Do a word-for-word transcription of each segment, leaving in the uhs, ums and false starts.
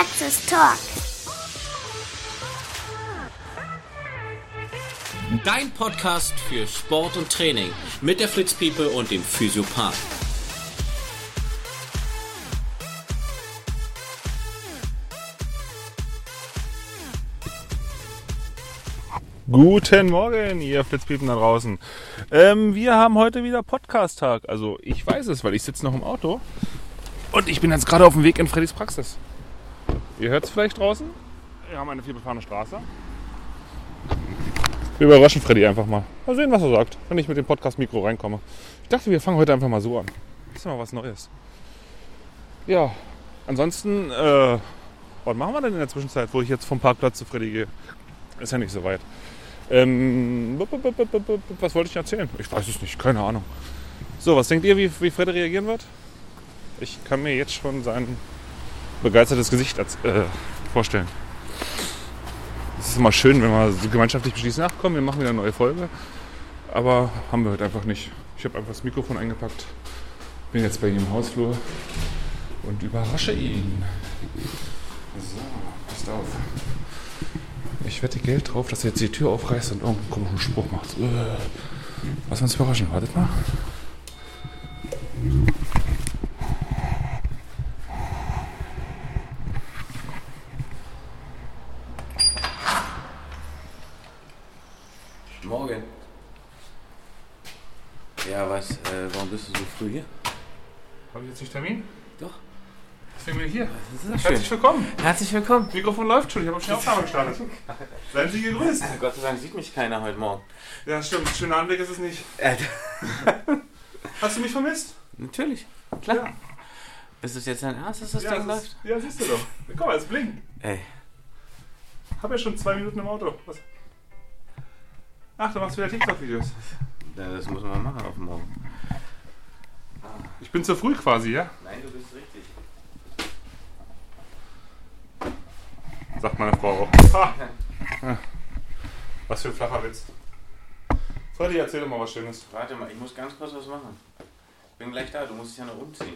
Praxis Talk. Dein Podcast für Sport und Training mit der Fritz Piepe und dem Physiopath. Guten Morgen, ihr Flitzpiepen da draußen. Ähm, wir haben heute wieder Podcast-Tag. Also ich weiß es, weil ich sitze noch im Auto. Und ich bin jetzt gerade auf dem Weg in Freddys Praxis. Ihr hört es vielleicht draußen. Wir haben eine vielbefahrene Straße. Wir überraschen Freddy einfach mal. Mal sehen, was er sagt, wenn ich mit dem Podcast-Mikro reinkomme. Ich dachte, wir fangen heute einfach mal so an. Das ist ja mal was Neues. Ja, ansonsten, äh, was machen wir denn in der Zwischenzeit, wo ich jetzt vom Parkplatz zu Freddy gehe? Ist ja nicht so weit. Ähm, was wollte ich erzählen? Ich weiß es nicht, keine Ahnung. So, was denkt ihr, wie, wie Freddy reagieren wird? Ich kann mir jetzt schon sein begeistertes Gesicht äh, vorstellen. Es ist immer schön, wenn wir so gemeinschaftlich beschließen, ach komm, wir machen wieder eine neue Folge. Aber haben wir heute einfach nicht. Ich habe einfach das Mikrofon eingepackt, bin jetzt bei ihm im Hausflur und überrasche ihn. So, passt auf. Ich wette Geld drauf, dass er jetzt die Tür aufreißt und irgendeinen komischen Spruch macht. Lass uns überraschen. Wartet mal. Morgen. Ja, was, äh, warum bist du so früh hier? Habe ich jetzt nicht Termin? Doch. Deswegen bin ich hier. Das ist ja Herzlich schön. willkommen. Herzlich willkommen. Mikrofon läuft schon. Ich habe schon die Aufnahme gestartet. Seien Sie gegrüßt. Gott sei Dank sieht mich keiner heute Morgen. Ja, stimmt. Schöner Anblick ist es nicht. Äh, Hast du mich vermisst? Natürlich, klar. Ja. Ist es jetzt dein Ernst, dass das Ja, Ding das läuft? ist, ja, siehst du doch. Guck mal, es blinkt. Ey. Hab ja schon zwei Minuten im Auto. Was? Ach, du machst wieder TikTok-Videos. Ja, das muss man machen auf morgen. Ich bin zu früh quasi, ja? Nein, du bist richtig. Sagt meine Frau auch. Ah. Ja. Was für ein flacher Witz. Freddy, erzähl doch mal was Schönes. Warte mal, ich muss ganz kurz was machen. Bin gleich da, du musst dich ja noch umziehen.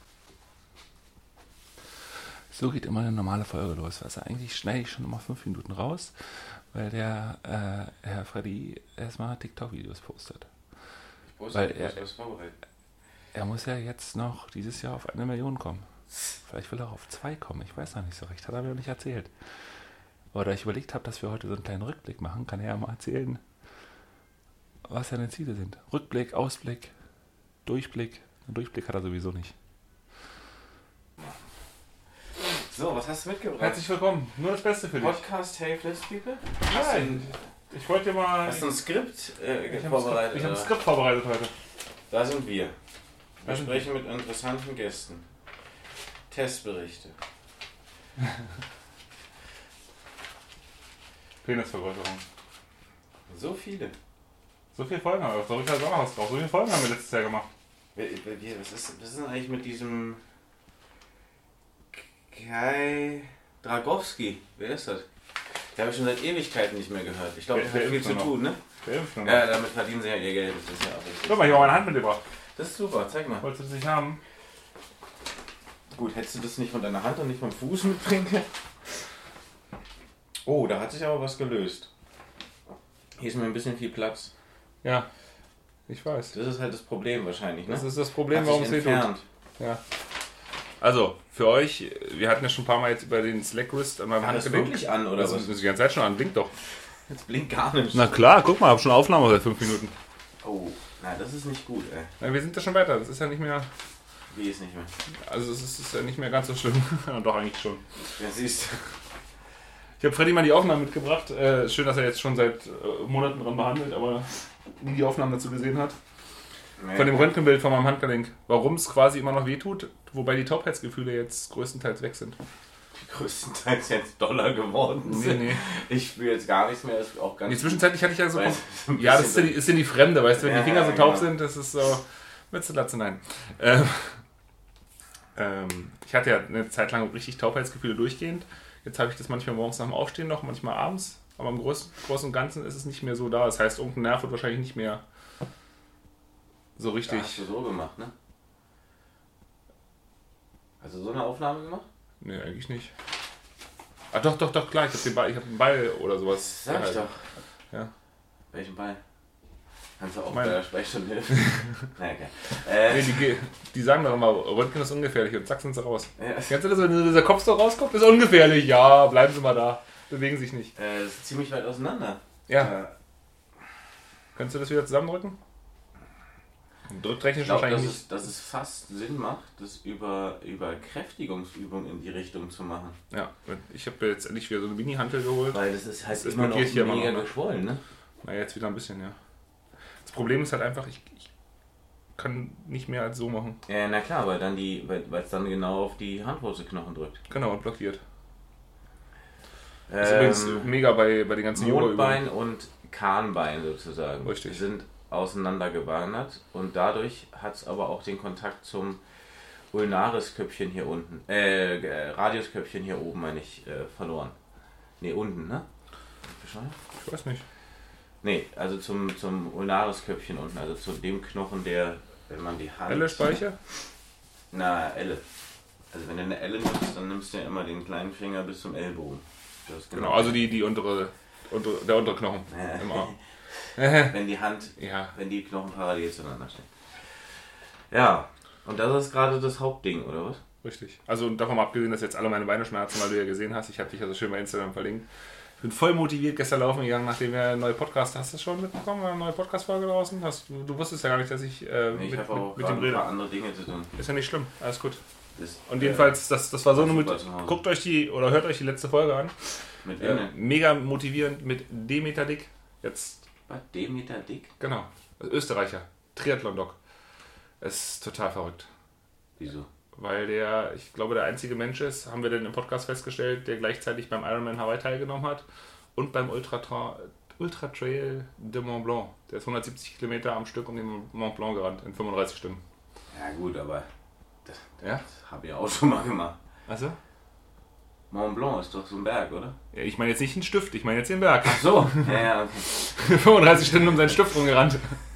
So geht immer eine normale Folge los. Also eigentlich schneide ich schon immer fünf Minuten raus, weil der äh, Herr Freddy erstmal TikTok-Videos postet. Ich poste Weil ich er- muss was vorbereiten. Er muss ja jetzt noch dieses Jahr auf eine Million kommen. Vielleicht will er auch auf zwei kommen, ich weiß noch nicht so recht, hat er mir noch nicht erzählt. Oder ich überlegt habe, dass wir heute so einen kleinen Rückblick machen, kann er ja mal erzählen, was seine Ziele sind. Rückblick, Ausblick, Durchblick. Einen Durchblick hat er sowieso nicht. So, was hast du mitgebracht? Herzlich willkommen, nur das Beste für dich. Podcast Hey Flips People? Ja, ich, ich wollte dir mal... Hast du ein Skript äh, ich habe vorbereitet? ich hab ein oder? Skript vorbereitet heute. Da sind wir. Wir Da sind sprechen mit interessanten Gästen. Testberichte. Penisvergrößerung. So viele. So viele Folgen haben wir, so Richard Sommerhaus drauf. So viele Folgen haben wir letztes Jahr gemacht. Wer- wer- wer- Was ist, was ist denn eigentlich mit diesem Kai Dragowski? Wer ist das? Den habe ich schon seit Ewigkeiten nicht mehr gehört. Ich glaube, Wer- der hat wer viel impft zu noch? tun, ne? Der impft noch mal. Ja, damit verdienen sie ja ihr Geld. Das ist ja auch richtig. Guck mal, ich habe meine Hand mitgebracht. Das ist super, zeig mal. Wolltest du das nicht haben? Gut, hättest du das nicht von deiner Hand und nicht vom Fuß mitbringen können? Oh, da hat sich aber was gelöst. Hier ist mir ein bisschen viel Platz. Ja, ich weiß. Das ist halt das Problem wahrscheinlich, ne? Das ist das Problem, Hat warum sich es weh tut. entfernt. Ja. Also, für euch, wir hatten ja schon ein paar Mal jetzt über den Slack-Wrist an meinem War das Handgelenk. wirklich an, oder Das was? ist die ganze Zeit schon an, blinkt doch. Jetzt blinkt gar nicht. Na klar, guck mal, ich habe schon Aufnahme seit fünf Minuten. Oh, na, das ist nicht gut, ey. Na, wir sind ja schon weiter, das ist ja nicht mehr, Wie ist nicht mehr? also es ist, ist ja nicht mehr ganz so schlimm. Ja, doch, eigentlich schon. Ja, siehst du. Ich habe Freddy mal die Aufnahme mitgebracht. Äh, schön, dass er jetzt schon seit äh, Monaten dran behandelt, aber nie die Aufnahmen dazu gesehen hat. Nee. Von dem Röntgenbild von meinem Handgelenk. Warum es quasi immer noch wehtut, wobei die Taubheitsgefühle jetzt größtenteils weg sind. Die größtenteils jetzt Dollar geworden Nee, sind. nee. Ich spüre jetzt gar nichts mehr, das ist auch ganz... Die Zwischenzeitlich hatte ich ja so... Weiß, ein Ja, das ist bisschen- in die, ist in die Fremde, weißt du, wenn Ja, die Finger so ja, taub genau. sind, das ist so... Mütze, Latze, nein. Ähm, ähm, ich hatte ja eine Zeit lang richtig Taubheitsgefühle durchgehend. Jetzt habe ich das manchmal morgens nach dem Aufstehen noch, manchmal abends. Aber im Großen, Großen und Ganzen ist es nicht mehr so da. Das heißt, irgendein Nerv wird wahrscheinlich nicht mehr so Da richtig... hast du so gemacht, ne? Hast du so eine Aufnahme gemacht? Nee, eigentlich nicht. Ach doch, doch, doch, klar, ich habe den Ball, ich hab einen Ball oder sowas. Sag ich ja, doch. Ja. Welchen Ball? Kannst du auch Meine. bei der Sprechstunde helfen? Naja, okay. Äh, Nee, die, die sagen doch immer, Röntgen ist ungefährlich und zack sind sie raus. Ja. Kennst du das, wenn dieser Kopf so rauskommt? Ist ungefährlich. Ja, bleiben Sie mal da. Bewegen sich nicht. äh, ist ziemlich weit auseinander. Ja. Äh, Könntest du das wieder zusammendrücken? Drücktechnisch ich glaube, wahrscheinlich dass, nicht. es- dass es fast Sinn macht, das über, über Kräftigungsübungen in die Richtung zu machen. Ja, ich habe jetzt endlich wieder so eine Mini-Hantel geholt. Weil das ist halt Das ist immer noch blockiert hier mega immer noch, ne? geschwollen, ne? Na, jetzt wieder ein bisschen, ja. Das Problem ist halt einfach, ich, ich kann nicht mehr als so machen. Ja, na klar, weil dann die, weil es dann genau auf die Handwurzelknochen drückt. Genau, und blockiert. Das ist übrigens Ähm, mega bei, bei den ganzen Mondbein Yoga-Übungen. und Kahnbein sozusagen Richtig. sind auseinandergewandert und dadurch hat es aber auch den Kontakt zum Ulnarisköpfchen hier unten, äh, äh, Radiusköpfchen hier oben, meine ich, äh, verloren. Ne, unten, ne? Bescheuert? Ich weiß nicht. Nee, also zum, zum Ulnarisköpfchen unten, also zu dem Knochen, der, wenn man die Hand... Elle Speicher? Na, Elle. Also wenn du eine Elle nimmst, dann nimmst du ja immer den kleinen Finger bis zum Ellbogen. Das ist Genau, also die, die untere, untere, der untere Knochen Ja. im Arm. Wenn die Hand, Ja, wenn die Knochen parallel zueinander stehen. Ja, und das ist gerade das Hauptding, oder was? richtig. Also davon mal abgesehen, dass jetzt alle meine Beine schmerzen, weil du ja gesehen hast, ich habe dich ja so schön bei Instagram verlinkt. Ich bin voll motiviert gestern laufen gegangen, nachdem wir einen neuen Podcast, hast du das schon mitbekommen, eine neue Podcast-Folge draußen? Hast, du, du wusstest ja gar nicht, dass ich äh, Ich mit, habe auch mit, mit gerade dem ein paar rede. andere Dinge zu tun. Ist ja nicht schlimm, alles gut. Das, Und äh, jedenfalls, das, das war so eine... Mit, super zu Hause. guckt euch die, oder hört euch die letzte Folge an. Mit Äh, wem denn? mega motivierend mit Demeter Dick. Jetzt, Was, Demeter Dick? genau, Österreicher, Triathlon-Doc. Ist total verrückt. Wieso? Weil der, ich glaube, der einzige Mensch ist, haben wir denn im Podcast festgestellt, der gleichzeitig beim Ironman Hawaii teilgenommen hat und beim Ultra, Ultra Trail de Mont Blanc. Der ist hundertsiebzig Kilometer am Stück um den Mont Blanc gerannt in fünfunddreißig Stunden. Ja gut, aber das, Ja? das habe ich auch schon mal gemacht. Also? Mont Blanc ist doch so ein Berg, oder? Ja, ich meine jetzt nicht den Stift, ich meine jetzt den Berg. Ach so. Ja, ja, okay. fünfunddreißig Stunden um seinen Stift rumgerannt.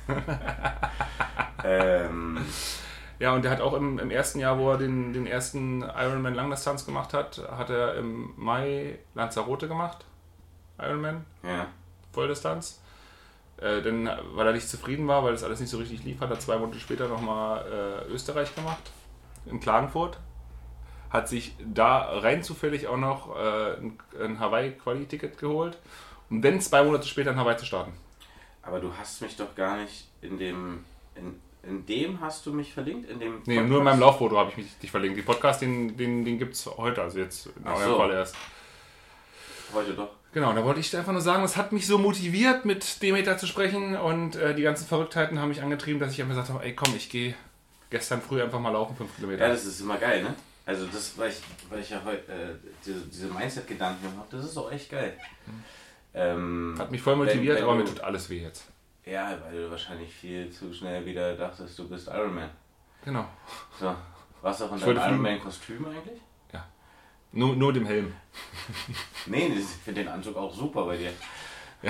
ähm, Ja, und der hat auch im, im ersten Jahr, wo er den, den ersten Ironman Langdistanz gemacht hat, hat er im Mai Lanzarote gemacht. Ironman, ja. Volldistanz. Äh, denn, weil er nicht zufrieden war, weil das alles nicht so richtig lief, hat er zwei Monate später nochmal äh, Österreich gemacht, in Klagenfurt. Hat sich da rein zufällig auch noch äh, ein, ein Hawaii-Quali-Ticket geholt, um dann zwei Monate später in Hawaii zu starten. Aber du hast mich doch gar nicht in dem... In, in dem hast du mich verlinkt? In dem Nee, Podcast? nur in meinem Lauffoto habe ich mich dich verlinkt. Den Podcast, den, den, den gibt es heute, also jetzt in Ach eurem so. Fall erst. Heute doch. Genau, da wollte ich einfach nur sagen, es hat mich so motiviert, mit Demeter zu sprechen und äh, die ganzen Verrücktheiten haben mich angetrieben, dass ich einfach gesagt habe, ey komm, ich gehe gestern früh einfach mal laufen, fünf Kilometer. Ja, das ist immer geil, ne? Also das, weil ich, weil ich ja heute äh, diese, diese Mindset-Gedanken habe, das ist auch echt geil. Ähm, Hat mich voll motiviert, wenn- wenn aber mir du- tut alles weh jetzt. Ja, weil du wahrscheinlich viel zu schnell wieder dachtest, du bist Ironman. Genau. So, warst du auch in Ich deinem wollte fliegen. Ironman-Kostüm eigentlich? Nur, nur dem Helm. Nee, ich finde den Anzug auch super bei dir. Ja.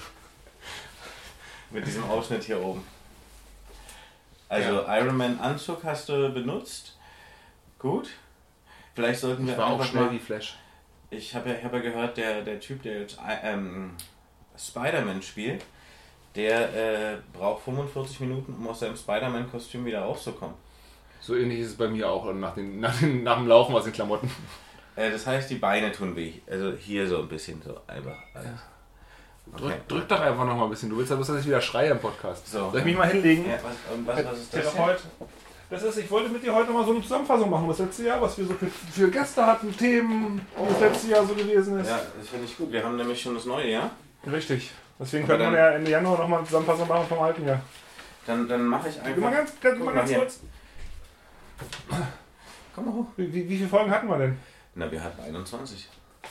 Mit diesem Ausschnitt hier oben. Also Ironman-Anzug hast du benutzt. Gut. Vielleicht sollten wir Ich war auch einfach schnell mal... wie Flash. Ich habe ja, ich hab ja gehört, der, der Typ, der jetzt ähm, Spider-Man spielt, der äh, braucht fünfundvierzig Minuten, um aus seinem Spider-Man-Kostüm wieder rauszukommen. So ähnlich ist es bei mir auch nach, den, nach, den, nach dem Laufen aus den Klamotten. Äh, das heißt, die Beine tun weh. Also hier so ein bisschen so einfach. Also. Okay. Drück, drück doch einfach noch mal ein bisschen. Du willst ja bloß, dass ich wieder schreie im Podcast. So. Soll ich mich mal hinlegen? Ja, was, und was, was ist das? Denn? Therapeut. Das ist, ich wollte mit dir heute mal so eine Zusammenfassung machen, das letzte Jahr, was wir so für, für Gäste hatten, Themen, wie das letzte Jahr so gewesen ist. Ja, das finde ich gut. Wir haben nämlich schon das neue Jahr. Richtig. Deswegen Aber können wir ja Ende Januar nochmal eine Zusammenfassung machen vom alten Jahr. Dann, dann mache ich Gib mal einfach... ganz, ganz, Guck mal mal ganz hier. kurz. Komm mal hoch. Wie, wie, wie viele Folgen hatten wir denn? Na, wir hatten einundzwanzig.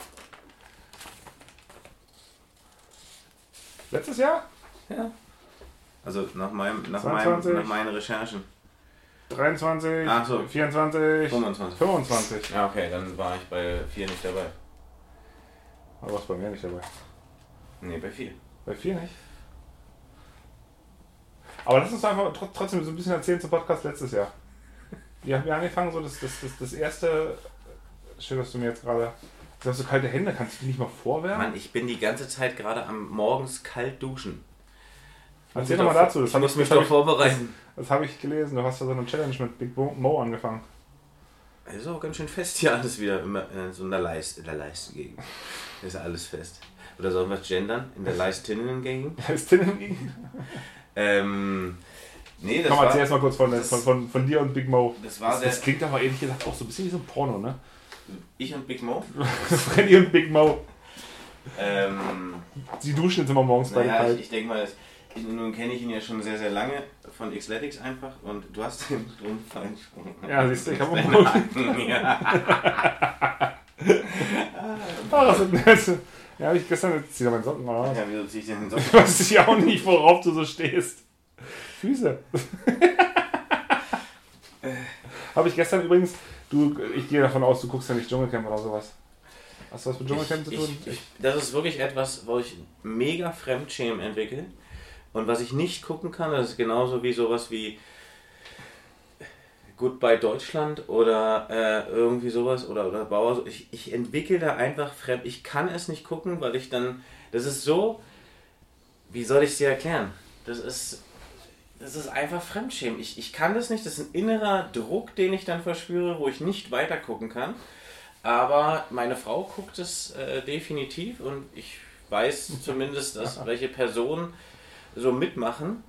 Letztes Jahr? Ja. Also nach, meinem, nach, meinem, zweiundzwanzig. nach meinen Recherchen. dreiundzwanzig, Ach so. vierundzwanzig, fünfundzwanzig. fünfundzwanzig. Ja, okay, dann war ich bei vier nicht dabei. Aber was bei mir nicht dabei. Nee, bei vier. Bei vier nicht. Aber lass uns einfach tr- trotzdem so ein bisschen erzählen zum Podcast letztes Jahr. Wir haben ja angefangen, so das, das, das, das erste, schön, dass du mir jetzt gerade Du hast so kalte Hände, kannst du die nicht mal vorwärmen? Mann, ich bin die ganze Zeit gerade am morgens kalt duschen. Erzähl doch mal dazu. Das ich muss mich doch vorbereiten. Das, das habe ich gelesen. Du hast ja so eine Challenge mit Big Mo angefangen. Das ist auch ganz schön fest hier alles wieder. Immer in so einer Leiste, in der Leistengegend. Ist alles fest. Oder sollen wir es gendern? In der Leistinnen-Gegend? Leistinnen-Gegend? ähm... Nee, das Komm, war, erzähl erst mal kurz von, das, von, von, von dir und Big Mo. Das, war das, sehr, das klingt aber ehrlich gesagt auch so ein bisschen wie so ein Porno, ne? Ich und Big Mo? Freddy und Big Mo. Ähm, Sie duschen jetzt immer morgens bei naja, kalt. ich, ich denke mal, das, ich, nun kenne ich ihn ja schon sehr, sehr lange von Xletics einfach und du hast den Strumpfverein schon. Ja, siehst du, ich habe auch ja. Ah, das ist nett. Ja, habe ich gestern, jetzt zieh doch meinen Socken mal aus. Ja, wieso zieh ich denn den Socken? Ich weiß ja auch nicht, worauf du so stehst. Füße. Habe ich gestern übrigens, du, ich gehe davon aus, du guckst ja nicht Dschungelcamp oder sowas. Hast du was mit Dschungelcamp zu tun? Ich, ich, das ist wirklich etwas, wo ich mega Fremdschämen entwickle. Und was ich nicht gucken kann, das ist genauso wie sowas wie Goodbye Deutschland oder äh, irgendwie sowas oder, oder Bauer. Ich, ich entwickle da einfach fremd. Ich kann es nicht gucken, weil ich dann. Das ist so. Wie soll ich es dir erklären? Das ist. Das ist einfach Fremdschämen. Ich, ich kann das nicht. Das ist ein innerer Druck, den ich dann verspüre, wo ich nicht weiter gucken kann. Aber meine Frau guckt es äh, definitiv und ich weiß zumindest, dass welche Personen so mitmachen.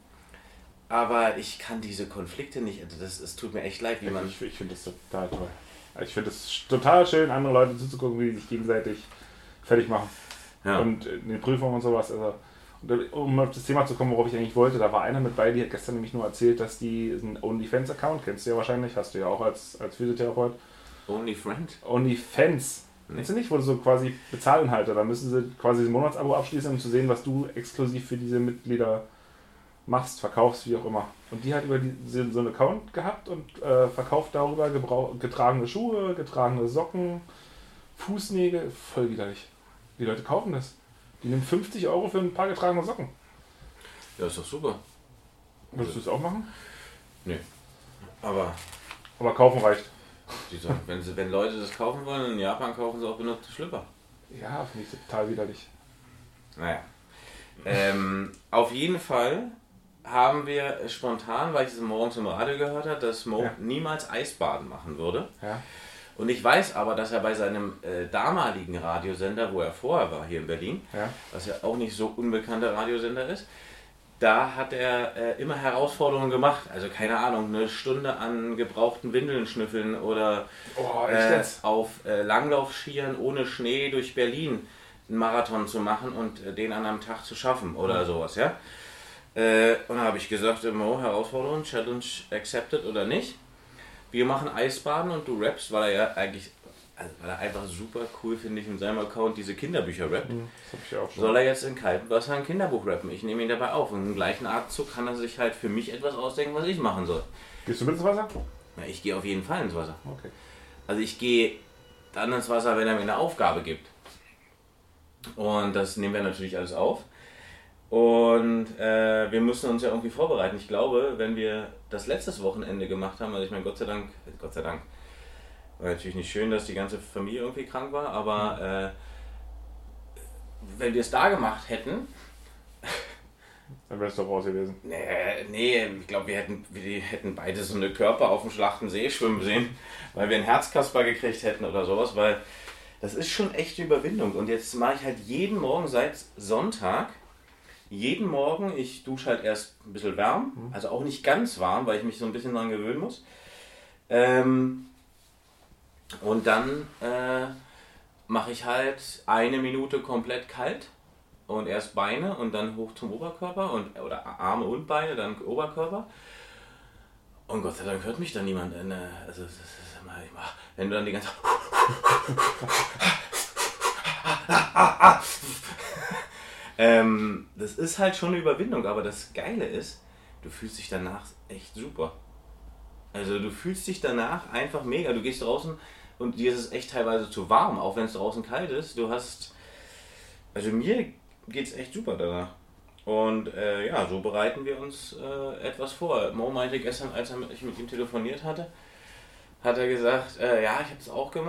Aber ich kann diese Konflikte nicht. Das, es tut mir echt leid, wie man. Ich, ich finde das total toll. Ich finde es total schön, andere Leute zuzugucken, wie die sich gegenseitig fertig machen. Ja. Und in den Prüfungen und sowas. Also, und um auf das Thema zu kommen, worauf ich eigentlich wollte, da war einer mit bei, die hat gestern nämlich nur erzählt, dass die einen OnlyFans-Account, kennst du ja wahrscheinlich, hast du ja auch als, als Physiotherapeut. OnlyFriend? OnlyFans. Nee. Kennst du nicht? Wo du so quasi Bezahlinhalte, da müssen sie quasi ein Monatsabo abschließen, um zu sehen, was du exklusiv für diese Mitglieder machst, verkaufst, wie auch immer. Und die hat über die, so einen Account gehabt und äh, verkauft darüber gebrauch, getragene Schuhe, getragene Socken, Fußnägel, voll widerlich. Die Leute kaufen das. Die nehmen fünfzig Euro für ein paar getragene Socken. Ja, ist doch super. Würdest du es auch machen? Nee. Aber. Aber kaufen reicht. Die sagen, wenn, sie, wenn Leute das kaufen wollen, in Japan kaufen sie auch benutzte Schlüpper. Ja, finde ich total widerlich. Naja. ähm, auf jeden Fall haben wir spontan, weil ich es morgens im Radio gehört habe, dass Mo ja. niemals Eisbaden machen würde. Ja. Und ich weiß aber, dass er bei seinem äh, damaligen Radiosender, wo er vorher war, hier in Berlin, ja. was ja auch nicht so unbekannter Radiosender ist, da hat er äh, immer Herausforderungen gemacht. Also keine Ahnung, eine Stunde an gebrauchten Windeln schnüffeln oder oh, äh, auf äh, Langlaufskiern ohne Schnee durch Berlin einen Marathon zu machen und äh, den an einem Tag zu schaffen oder mhm. sowas, ja. Äh, und dann habe ich gesagt, Mo, Herausforderung, Challenge accepted oder nicht. Wir machen Eisbaden und du rappst, weil er ja eigentlich, also weil er einfach super cool, finde ich, in seinem Account diese Kinderbücher rappt. Mhm, das hab ich auch schon. Soll er jetzt in kaltem Wasser ein Kinderbuch rappen? Ich nehme ihn dabei auf und im gleichen Atemzug kann er sich halt für mich etwas ausdenken, was ich machen soll. Gehst du mit ins Wasser? Ja, ich gehe auf jeden Fall ins Wasser. Okay. Also ich gehe dann ins Wasser, wenn er mir eine Aufgabe gibt. Und das nehmen wir natürlich alles auf. Und äh, wir müssen uns ja irgendwie vorbereiten. Ich glaube, wenn wir das letztes Wochenende gemacht haben, also ich meine, Gott sei Dank, Gott sei Dank, war natürlich nicht schön, dass die ganze Familie irgendwie krank war, aber äh, wenn wir es da gemacht hätten, dann wärst du raus gewesen. Nee, nee, ich glaube, wir hätten, wir hätten beide so eine Körper auf dem Schlachtensee schwimmen sehen, weil wir einen Herzkasper gekriegt hätten oder sowas, weil das ist schon echte Überwindung. Und jetzt mache ich halt jeden Morgen seit Sonntag, jeden Morgen, ich dusche halt erst ein bisschen warm, also auch nicht ganz warm, weil ich mich so ein bisschen daran gewöhnen muss. Ähm, und dann äh, mache ich halt eine Minute komplett kalt und erst Beine und dann hoch zum Oberkörper und oder Arme und Beine, dann Oberkörper. Und Gott sei Dank hört mich dann niemand. Also das ist immer, ich mach, wenn du dann die ganze ähm, das ist halt schon eine Überwindung, aber das Geile ist, du fühlst dich danach echt super. Also du fühlst dich danach einfach mega. Du gehst draußen und dir ist es echt teilweise zu warm, auch wenn es draußen kalt ist. Du hast, also mir geht es echt super danach. Und äh, ja, so bereiten wir uns äh, etwas vor. Mo meinte gestern, als er mit, ich mit ihm telefoniert hatte, hat er gesagt, äh, ja, ich habe es auch gemacht,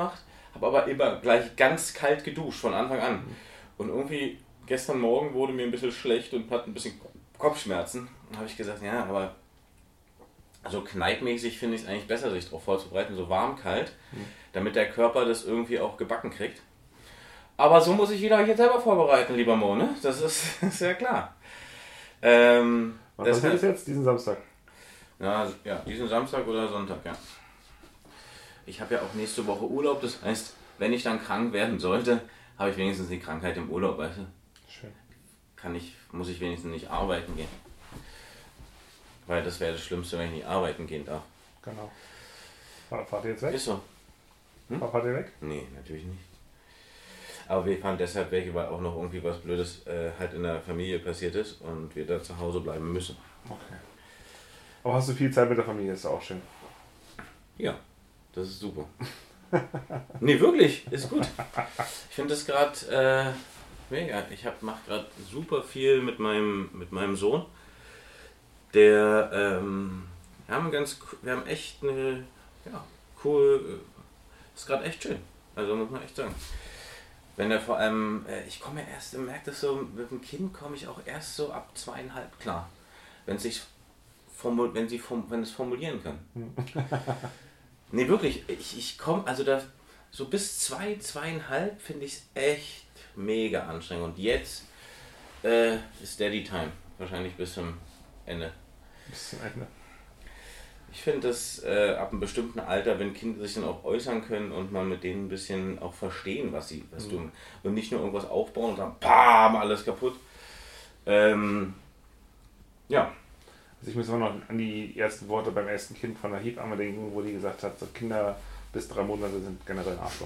habe aber immer gleich ganz kalt geduscht von Anfang an. Und irgendwie gestern Morgen wurde mir ein bisschen schlecht und hatte ein bisschen Kopfschmerzen. Dann habe ich gesagt, ja, aber so kneipmäßig finde ich es eigentlich besser, sich darauf vorzubereiten, so warm, kalt, mhm. damit der Körper das irgendwie auch gebacken kriegt. Aber so muss ich wieder jetzt selber vorbereiten, lieber Mo, ne? Das ist, ist ja klar. Ähm, Was passiert das jetzt, diesen Samstag? Ja, ja, diesen Samstag oder Sonntag, ja. Ich habe ja auch nächste Woche Urlaub, das heißt, wenn ich dann krank werden sollte, habe ich wenigstens die Krankheit im Urlaub, weißt du? Schön. Kann ich, muss ich wenigstens nicht arbeiten gehen. Weil das wäre das Schlimmste, wenn ich nicht arbeiten gehen darf. Genau. Fahrt ihr jetzt weg? Ist so. Hm? Fahrt ihr weg? Nee, natürlich nicht. Aber wir fahren deshalb weg, weil auch noch irgendwie was Blödes äh, halt in der Familie passiert ist und wir da zu Hause bleiben müssen. Okay. Aber hast du viel Zeit mit der Familie, ist auch schön. Ja, das ist super. Nee, wirklich, ist gut. Ich finde das gerade äh, mega. Ich mache gerade super viel mit meinem, mit meinem Sohn. Der, ähm, wir haben ganz, wir haben echt eine, ja, cool, ist gerade echt schön. Also muss man echt sagen. Wenn er vor allem, äh, ich komme ja erst, merkt das so, mit dem Kind komme ich auch erst so ab zweieinhalb klar. Wenn es sich, formul, wenn sie, form, wenn es formulieren kann. Nee, wirklich, ich, ich komme, also da, so bis zwei, zweieinhalb finde ich es echt mega anstrengend. Und jetzt äh, ist Daddy Time, wahrscheinlich bis zum Ende. Bis zum Ende. Ich finde das äh, ab einem bestimmten Alter, wenn Kinder sich dann auch äußern können und man mit denen ein bisschen auch verstehen, was sie was mhm. tun. Und nicht nur irgendwas aufbauen und dann bam, alles kaputt. Ähm, ja. Also ich muss immer noch an die ersten Worte beim ersten Kind von der Hebamme denken, wo die gesagt hat, so Kinder bis drei Monate sind generell Arschloch.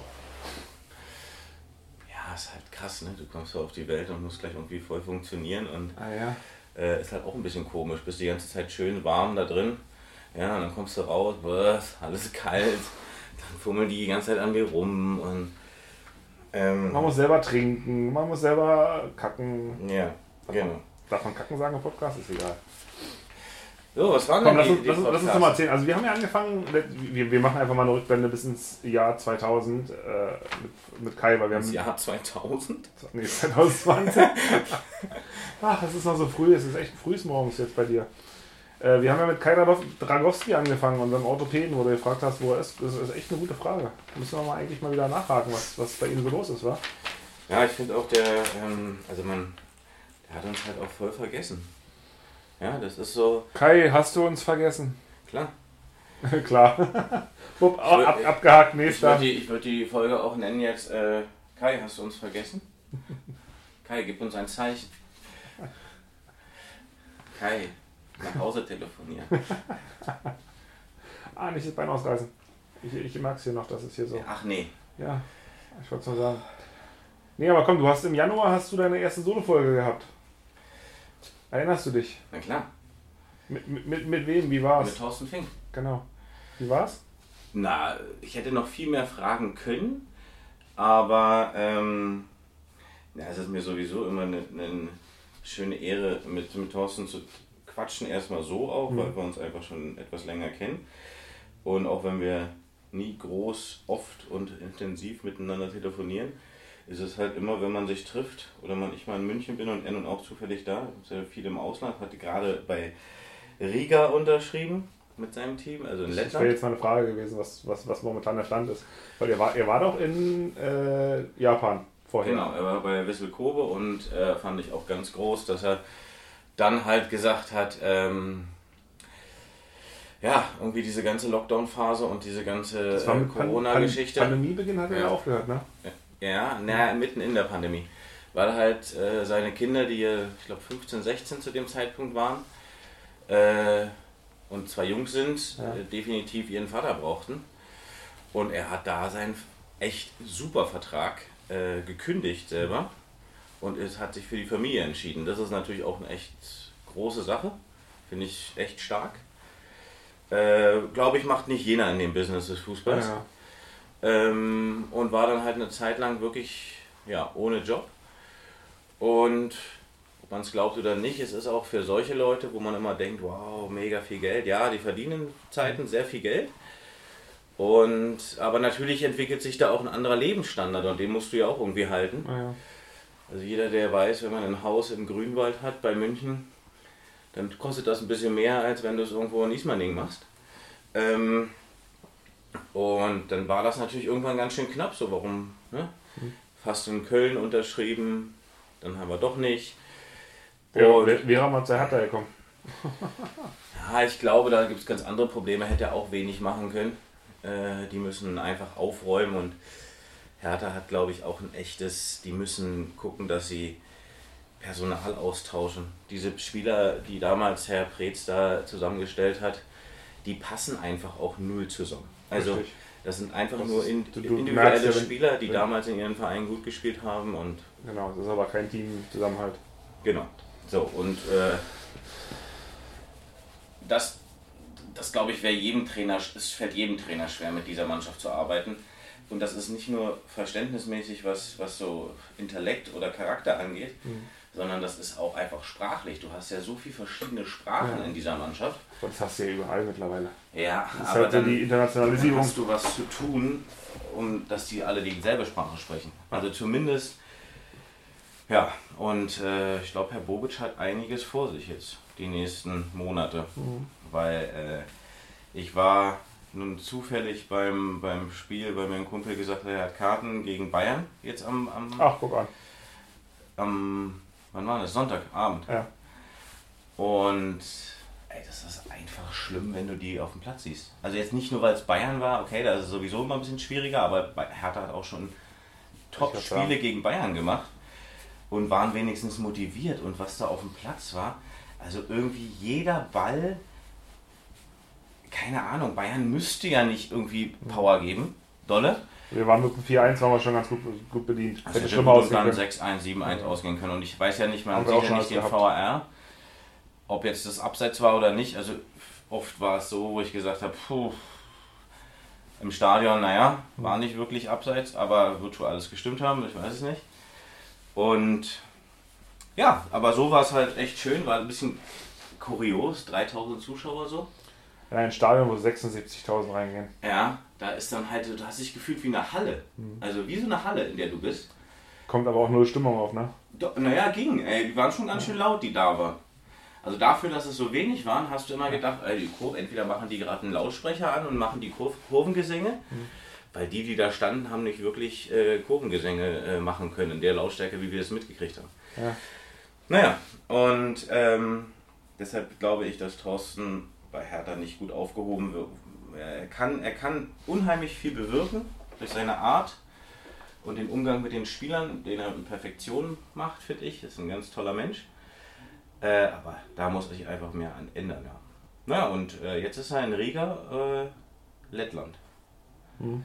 Ja, ist halt krass, ne? Du kommst so auf die Welt und musst gleich irgendwie voll funktionieren und ah, ja. äh, ist halt auch ein bisschen komisch. Bist die ganze Zeit schön warm da drin, ja, und dann kommst du raus, boah, alles kalt, dann fummeln die die ganze Zeit an mir rum und ähm, man muss selber trinken, man muss selber kacken. Ja, genau. Darf man kacken sagen im Podcast? Ist egal. So, was war denn Komm, die, lass, uns, die lass, lass uns doch mal erzählen. Also wir haben ja angefangen, wir, wir machen einfach mal eine Rückblende bis ins Jahr zweitausend äh, mit, mit Kai, weil wir das haben... Jahr zweitausend? Nee, zwanzig zwanzig. Ach, es ist noch so früh, es ist echt früh morgens jetzt bei dir. Äh, wir haben ja mit Kai Dragowski angefangen, unserem Orthopäden, wo du gefragt hast, wo er ist. Das ist echt eine gute Frage. Da müssen wir mal eigentlich mal wieder nachhaken, was, was bei ihm so los ist, wa? Ja, ich finde auch der, ähm, also man, der hat uns halt auch voll vergessen. Ja, das ist so... Kai, hast du uns vergessen? Klar. Klar. Wupp, würd, ab, abgehakt, nächster. Ich würde die, würd die Folge auch nennen jetzt, äh, Kai, hast du uns vergessen? Kai, gib uns ein Zeichen. Kai, nach Hause telefonieren. ah, nicht das Bein ausreißen. Ich, ich mag es hier noch, das ist hier so. Ach nee. Ja, ich wollte es nur sagen. Nee, aber komm, du hast im Januar hast du deine erste Solo-Folge gehabt. Erinnerst du dich? Na klar. Mit, mit, mit, mit wem? Wie war's? Mit Thorsten Fink. Genau. Wie war's? Na, ich hätte noch viel mehr fragen können, aber ähm, na, es ist mir sowieso immer eine, eine schöne Ehre, mit, mit Thorsten zu quatschen. Erstmal so auch, mhm. weil wir uns einfach schon etwas länger kennen. Und auch wenn wir nie groß, oft und intensiv miteinander telefonieren, ist es halt immer, wenn man sich trifft oder man ich mal in München bin und er nun auch zufällig da, ist ja viel im Ausland, hatte gerade bei Riga unterschrieben mit seinem Team, also in Lettland. Das wäre jetzt mal eine Frage gewesen, was, was, was momentan der Stand ist. Weil er war, er war doch in äh, Japan vorher. Genau, er war bei Vissel Kobe und äh, fand ich auch ganz groß, dass er dann halt gesagt hat, ähm, ja, irgendwie diese ganze Lockdown-Phase und diese ganze äh, Corona-Geschichte. Pan Pandemiebeginn hat er ja, ja aufgehört, ne? Ja. Ja, na, mitten in der Pandemie. Weil halt äh, seine Kinder, die ich glaube fünfzehn, sechzehn zu dem Zeitpunkt waren äh, und zwei Jungs sind, ja. äh, definitiv ihren Vater brauchten. Und er hat da seinen echt super Vertrag äh, gekündigt selber und es hat sich für die Familie entschieden. Das ist natürlich auch eine echt große Sache, finde ich echt stark. Äh, glaube ich, macht nicht jeder in dem Business des Fußballs. Ja. Ähm, und war dann halt eine Zeit lang wirklich ja, ohne Job. Und ob man es glaubt oder nicht, es ist auch für solche Leute, wo man immer denkt, wow, mega viel Geld. Ja, die verdienen Zeiten sehr viel Geld. Und, aber natürlich entwickelt sich da auch ein anderer Lebensstandard und den musst du ja auch irgendwie halten. Ja, ja. Also jeder, der weiß, wenn man ein Haus im Grünwald hat bei München, dann kostet das ein bisschen mehr, als wenn du es irgendwo in Ismaning machst. Ähm, und dann war das natürlich irgendwann ganz schön knapp, so warum, ne? Mhm. Fast in Köln unterschrieben, dann haben wir doch nicht. Ja, wir, wir haben uns der Hertha gekommen. Ja, ich glaube, da gibt es ganz andere Probleme, hätte er auch wenig machen können. Äh, die müssen einfach aufräumen und Hertha hat, glaube ich, auch ein echtes, die müssen gucken, dass sie Personal austauschen. Diese Spieler, die damals Herr Preetz da zusammengestellt hat, die passen einfach auch null zusammen. Also Richtig. das sind einfach Das nur ist- in, du- du individuelle merkst ja, wenn- Spieler, die wenn- damals in ihren Vereinen gut gespielt haben und Genau, das ist aber kein Teamzusammenhalt. genau. So, und äh, das, das glaube ich, wäre jedem Trainer, es fällt jedem Trainer schwer, mit dieser Mannschaft zu arbeiten. Und das ist nicht nur verständnismäßig, was, was so Intellekt oder Charakter angeht, Mhm. sondern das ist auch einfach sprachlich. Du hast ja so viele verschiedene Sprachen Ja. in dieser Mannschaft. Das hast du ja überall mittlerweile. Ja, Das ist aber halt so dann die Internationalisierung. hast du was zu tun, um dass die alle dieselbe Sprache sprechen. Also zumindest, ja, und äh, ich glaube, Herr Bobic hat einiges vor sich jetzt, die nächsten Monate. Mhm. Weil äh, ich war nun zufällig beim, beim Spiel, weil mir ein Kumpel gesagt hat, er hat Karten gegen Bayern jetzt am, am, Ach, guck an. am wann war das? Sonntagabend. Ja. Und ey, das ist einfach schlimm, wenn du die auf dem Platz siehst. Also jetzt nicht nur, weil es Bayern war, okay, da ist es sowieso immer ein bisschen schwieriger, aber Bei- Hertha hat auch schon Top-Spiele gegen Bayern gemacht und waren wenigstens motiviert. Und was da auf dem Platz war, also irgendwie jeder Ball, keine Ahnung, Bayern müsste ja nicht irgendwie Power geben, dolle. Wir waren mit dem vier eins, waren wir schon ganz gut, gut bedient. Also Hätte hätte schlimmer gut und ausgehen dann können. sechs eins, sieben eins Ja. ausgehen können. Und ich weiß ja nicht, man Haben wir sieht auch ja schon nicht den alles V A R, ob jetzt das Abseits war oder nicht. Also oft war es so, wo ich gesagt habe, puh, im Stadion, naja, war nicht wirklich Abseits, aber wird wohl alles gestimmt haben, ich weiß es nicht. Und ja, aber so war es halt echt schön, war ein bisschen kurios, dreitausend Zuschauer so. In ein Stadion, wo sechsundsiebzigtausend reingehen. Ja, da ist dann halt, du hast dich gefühlt wie eine Halle. Also wie so eine Halle, in der du bist. Kommt aber auch null Stimmung auf, ne? Doch, naja, ging. Ey, die waren schon ganz schön laut, die da waren. Also dafür, dass es so wenig waren, hast du immer gedacht, ey, die Kurve, entweder machen die gerade einen Lautsprecher an und machen die Kurv Kurvengesänge, Mhm. weil die, die da standen, haben nicht wirklich äh, Kurvengesänge äh, machen können, in der Lautstärke, wie wir es mitgekriegt haben. Ja. Naja, und ähm, deshalb glaube ich, dass Thorsten bei Hertha nicht gut aufgehoben wird. Er kann, er kann unheimlich viel bewirken durch seine Art und den Umgang mit den Spielern, den er in Perfektion macht, finde ich. Ist ein ganz toller Mensch. Äh, aber da muss sich einfach mehr an ändern. Ja. Naja, und äh, jetzt ist er in Riga, äh, Lettland. Mhm.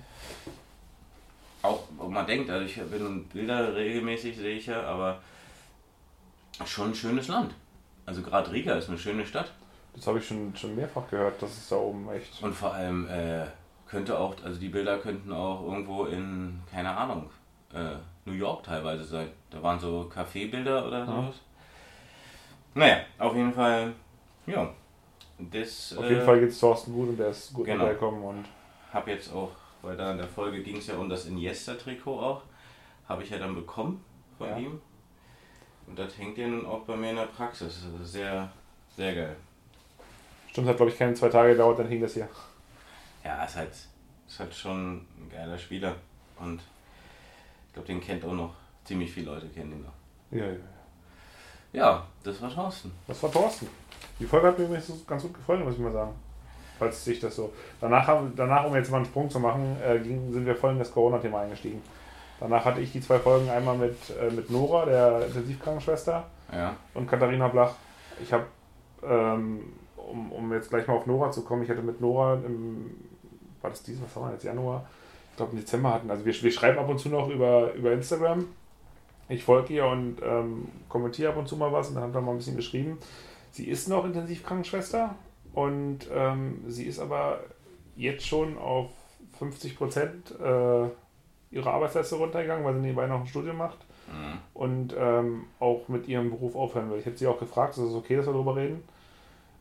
Auch, wo man denkt, also ich bin Bilder regelmäßig, sehe ich ja, aber schon ein schönes Land. Also gerade Riga ist eine schöne Stadt. Das habe ich schon, schon mehrfach gehört, das ist da oben echt. Und vor allem äh, könnte auch, also die Bilder könnten auch irgendwo in, keine Ahnung, äh, New York teilweise sein. Da waren so Café-Bilder oder Ja. sowas. Naja, auf jeden Fall, ja. Das, Auf äh, jeden Fall geht es Thorsten gut und der ist gut genau. mitgekommen. Und Habe jetzt auch, weil da in der Folge ging es ja um das Iniesta-Trikot auch, habe ich ja dann bekommen von Ja. ihm. Und das hängt ja nun auch bei mir in der Praxis. Also sehr, sehr geil. stimmt, hat glaube ich keine zwei Tage gedauert, dann hing das hier. Ja, ist halt, ist halt schon ein geiler Spieler. Und ich glaube, den kennt auch noch, ziemlich viele Leute kennen ihn noch. Ja, ja, ja. Ja, das war Thorsten. Das war Thorsten. Die Folge hat mir übrigens so ganz gut gefallen, muss ich mal sagen. Falls sich das so. Danach, haben, danach um jetzt mal einen Sprung zu machen, äh, ging, sind wir voll in das Corona-Thema eingestiegen. Danach hatte ich die zwei Folgen einmal mit, äh, mit Nora, der Intensivkrankenschwester, Ja. und Katharina Blach. Ich habe, ähm, um, um jetzt gleich mal auf Nora zu kommen, ich hatte mit Nora im, war das diesen, was haben wir jetzt, Januar? Ich glaube im Dezember hatten, also wir, wir schreiben ab und zu noch über, über Instagram. Ich folge ihr und ähm, kommentiere ab und zu mal was und dann haben wir mal ein bisschen geschrieben. Sie ist noch Intensivkrankenschwester und ähm, sie ist aber jetzt schon auf fünfzig Prozent äh, ihrer Arbeitsleistung runtergegangen, weil sie nebenbei noch ein Studium macht Mhm. und ähm, auch mit ihrem Beruf aufhören will. Ich habe sie auch gefragt, ist es okay, dass wir darüber reden?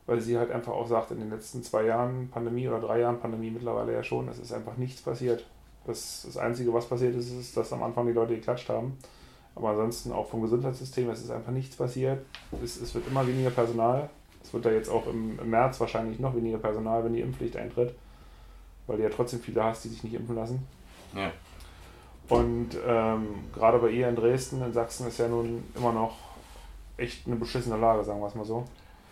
weil sie halt einfach auch sagt, in den letzten zwei Jahren Pandemie oder drei Jahren Pandemie mittlerweile ja schon, es ist einfach nichts passiert. Das, das Einzige, was passiert ist, ist, dass am Anfang die Leute geklatscht haben. Aber ansonsten auch vom Gesundheitssystem, es ist einfach nichts passiert. Es, es wird immer weniger Personal. Es wird da jetzt auch im, im März wahrscheinlich noch weniger Personal, wenn die Impfpflicht eintritt. Weil du ja trotzdem viele hast, die sich nicht impfen lassen. Ja. Und ähm, gerade bei ihr in Dresden, in Sachsen, ist ja nun immer noch echt eine beschissene Lage, sagen wir es mal so.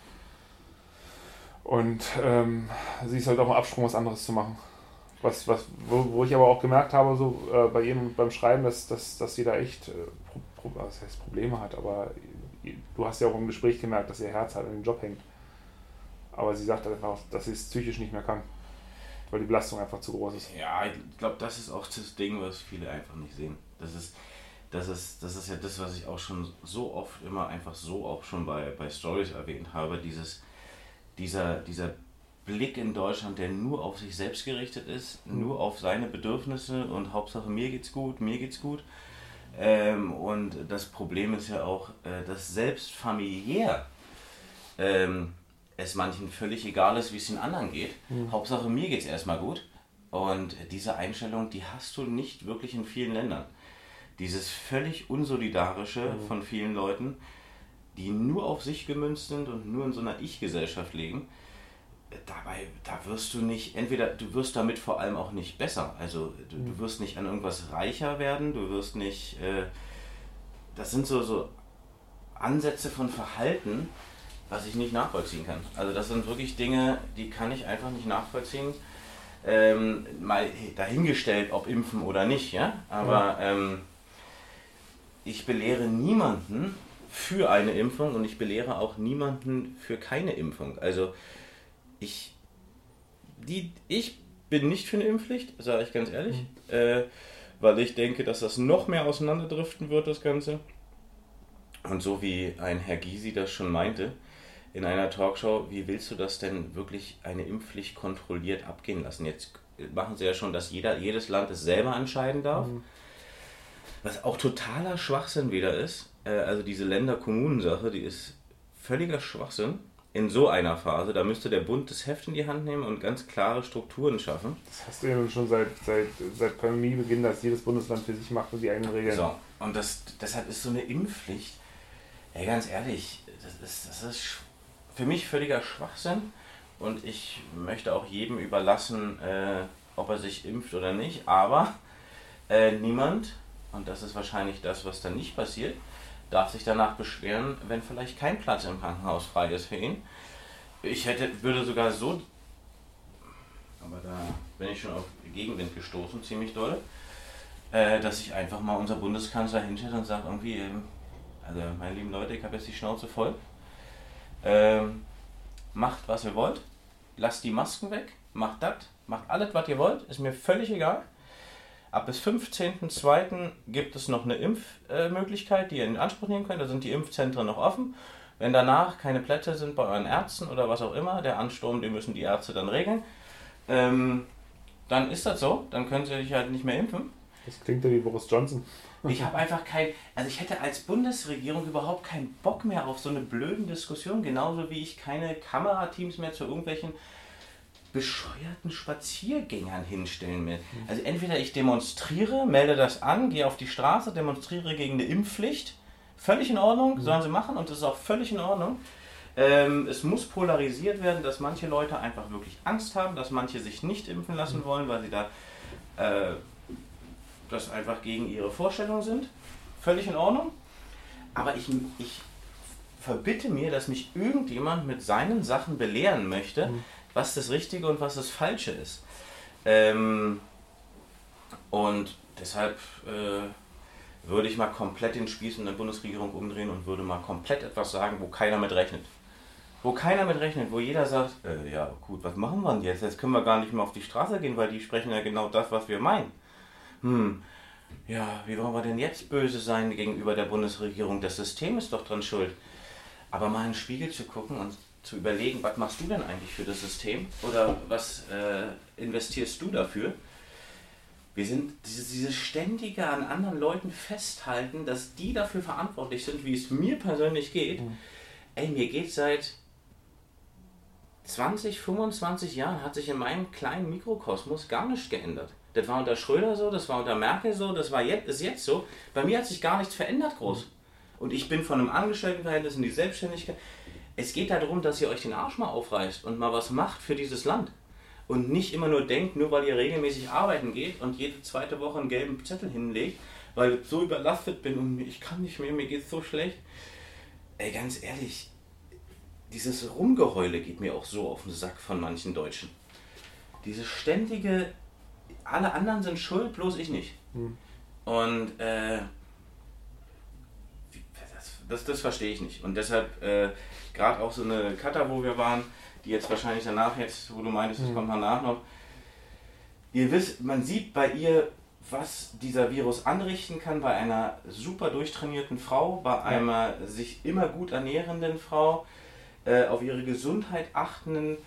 Und ähm, sie ist halt auch im Absprung, was anderes zu machen. Was, was, wo, wo ich aber auch gemerkt habe, so äh, bei ihr beim Schreiben, dass, dass, dass sie da echt äh, Pro, Pro, was heißt Probleme hat, aber du hast ja auch im Gespräch gemerkt, dass ihr Herz halt an den Job hängt. Aber sie sagt einfach, dass sie es psychisch nicht mehr kann, weil die Belastung einfach zu groß ist. Ja, ich glaube, das ist auch das Ding, was viele einfach nicht sehen. Das ist, das ist, das ist ja das, was ich auch schon so oft immer einfach so auch schon bei, bei Stories erwähnt habe, dieses, dieser, dieser Blick in Deutschland, der nur auf sich selbst gerichtet ist, nur auf seine Bedürfnisse und Hauptsache mir geht's gut, mir geht's gut. Ähm, und das Problem ist ja auch, äh, dass selbst familiär ähm, es manchen völlig egal ist, wie es den anderen geht. Mhm. Hauptsache mir geht's erstmal gut. Und diese Einstellung, die hast du nicht wirklich in vielen Ländern. Dieses völlig Unsolidarische mhm. von vielen Leuten, die nur auf sich gemünzt sind und nur in so einer Ich-Gesellschaft leben. Dabei, da wirst du nicht, entweder du wirst damit vor allem auch nicht besser, also du, du wirst nicht an irgendwas reicher werden, du wirst nicht, äh, das sind so, so Ansätze von Verhalten, was ich nicht nachvollziehen kann. Also das sind wirklich Dinge, die kann ich einfach nicht nachvollziehen, ähm, mal dahingestellt, ob impfen oder nicht, ja, aber ähm, ich belehre niemanden für eine Impfung und ich belehre auch niemanden für keine Impfung, also Ich, die, ich bin nicht für eine Impfpflicht, sage ich ganz ehrlich, mhm. äh, weil ich denke, dass das noch mehr auseinanderdriften wird, das Ganze. Und so wie ein Herr Gysi das schon meinte, in einer Talkshow, wie willst du das denn wirklich eine Impfpflicht kontrolliert abgehen lassen? Jetzt machen sie ja schon, dass jeder, jedes Land es selber entscheiden darf, mhm. was auch totaler Schwachsinn wieder ist. Äh, also diese Länder-Kommunen-Sache, die ist völliger Schwachsinn. In so einer Phase, da müsste der Bund das Heft in die Hand nehmen und ganz klare Strukturen schaffen. Das hast du ja nun schon seit, seit, seit Pandemiebeginn, dass jedes Bundesland für sich macht und die eigenen Regeln. So, und das, deshalb ist so eine Impfpflicht, ja ganz ehrlich, das ist, das ist für mich völliger Schwachsinn und ich möchte auch jedem überlassen, äh, ob er sich impft oder nicht, aber äh, niemand, und das ist wahrscheinlich das, was dann nicht passiert, darf sich danach beschweren, wenn vielleicht kein Platz im Krankenhaus frei ist für ihn. Ich hätte, würde sogar so, aber da bin ich schon auf Gegenwind gestoßen, ziemlich doll, äh, dass ich einfach mal unser Bundeskanzler hinstellt und sagt irgendwie, ähm, also meine lieben Leute, ich habe jetzt die Schnauze voll, ähm, macht was ihr wollt, lasst die Masken weg, macht das, macht alles was ihr wollt, ist mir völlig egal. Ab bis fünfzehnten zweiten gibt es noch eine Impfmöglichkeit, die ihr in Anspruch nehmen könnt. Da sind die Impfzentren noch offen. Wenn danach keine Plätze sind bei euren Ärzten oder was auch immer, der Ansturm, den müssen die Ärzte dann regeln, ähm, dann ist das so. Dann können sie sich halt nicht mehr impfen. Das klingt ja wie Boris Johnson. Ich habe einfach kein, also ich hätte als Bundesregierung überhaupt keinen Bock mehr auf so eine blöden Diskussion, genauso wie ich keine Kamerateams mehr zu irgendwelchen bescheuerten Spaziergängern hinstellen will. Also entweder ich demonstriere, melde das an, gehe auf die Straße, demonstriere gegen eine Impfpflicht, völlig in Ordnung, sollen sie machen und das ist auch völlig in Ordnung. Ähm, es muss polarisiert werden, dass manche Leute einfach wirklich Angst haben, dass manche sich nicht impfen lassen wollen, weil sie da äh, das einfach gegen ihre Vorstellung sind. Völlig in Ordnung. Aber ich, ich verbitte mir, dass mich irgendjemand mit seinen Sachen belehren möchte, mhm. was das Richtige und was das Falsche ist. Ähm, und deshalb äh, würde ich mal komplett den Spieß in der Bundesregierung umdrehen und würde mal komplett etwas sagen, wo keiner mit rechnet. Wo keiner mit rechnet, wo jeder sagt, äh, ja gut, was machen wir denn jetzt? Jetzt können wir gar nicht mehr auf die Straße gehen, weil die sprechen ja genau das, was wir meinen. Hm, ja, wie wollen wir denn jetzt böse sein gegenüber der Bundesregierung? Das System ist doch dran schuld. Aber mal in den Spiegel zu gucken und zu überlegen, was machst du denn eigentlich für das System oder was äh, investierst du dafür? Wir sind dieses, dieses ständige an anderen Leuten festhalten, dass die dafür verantwortlich sind, wie es mir persönlich geht. Mhm. Ey, mir geht seit zwanzig, fünfundzwanzig Jahren hat sich in meinem kleinen Mikrokosmos gar nichts geändert. Das war unter Schröder so, das war unter Merkel so, das war jetzt, ist jetzt so. Bei mir hat sich gar nichts verändert groß. Und ich bin von einem Angestelltenverhältnis in die Selbstständigkeit. Es geht darum, dass ihr euch den Arsch mal aufreißt und mal was macht für dieses Land. Und nicht immer nur denkt, nur weil ihr regelmäßig arbeiten geht und jede zweite Woche einen gelben Zettel hinlegt, weil ich so überlastet bin und ich kann nicht mehr, mir geht's so schlecht. Ey, ganz ehrlich, dieses Rumgeheule geht mir auch so auf den Sack von manchen Deutschen. Dieses ständige, alle anderen sind schuld, bloß ich nicht. Hm. Und äh, das, das, das verstehe ich nicht. Und deshalb, äh, gerade auch so eine Kata, wo wir waren, die jetzt wahrscheinlich danach jetzt, wo du meintest, das hm. kommt danach noch. Ihr wisst, man sieht bei ihr, was dieser Virus anrichten kann bei einer super durchtrainierten Frau, bei einer sich immer gut ernährenden Frau, äh, auf ihre Gesundheit achtenden.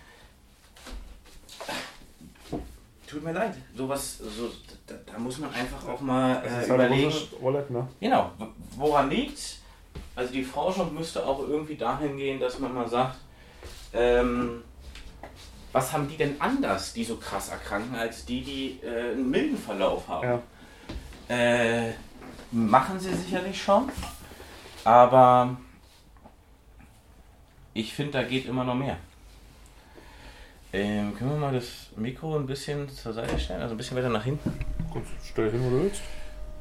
Tut mir leid, sowas, so, da, da muss man einfach auch mal äh, überlegen. Wallet, ne? Genau, woran liegt's? Also die Forschung müsste auch irgendwie dahin gehen, dass man mal sagt, ähm, was haben die denn anders, die so krass erkranken, als die, die äh, einen milden Verlauf haben? Ja. Äh, machen sie sicherlich schon, aber ich finde, da geht immer noch mehr. Ähm, können wir mal das Mikro ein bisschen zur Seite stellen, also ein bisschen weiter nach hinten? Gut, stell hin, wo du willst.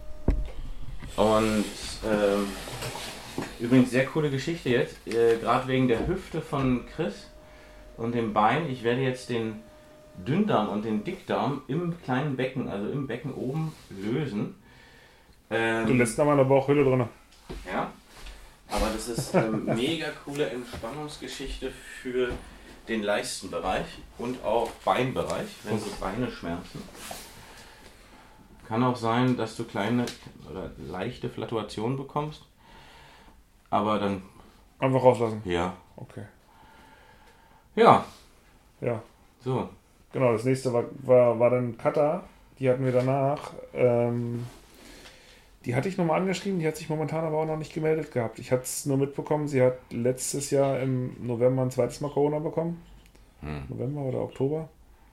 Und ähm, übrigens sehr coole Geschichte jetzt, äh, gerade wegen der Hüfte von Chris und dem Bein. Ich werde jetzt den Dünndarm und den Dickdarm im kleinen Becken, also im Becken oben, lösen. Ähm, du lässt da mal eine Bauchhöhle drin. Ja, aber das ist eine mega coole Entspannungsgeschichte für den Leistenbereich und auch Beinbereich, wenn so Beine schmerzen. Kann auch sein, dass du kleine oder leichte Flatuationen bekommst, aber dann... Einfach rauslassen? Ja. Okay. Ja. Ja. So. Genau, das nächste war, war, war dann Kata. Die hatten wir danach. Ähm, die hatte ich nochmal angeschrieben, die hat sich momentan aber auch noch nicht gemeldet gehabt. Ich hatte es nur mitbekommen, sie hat letztes Jahr im November ein zweites Mal Corona bekommen. Hm. November oder Oktober.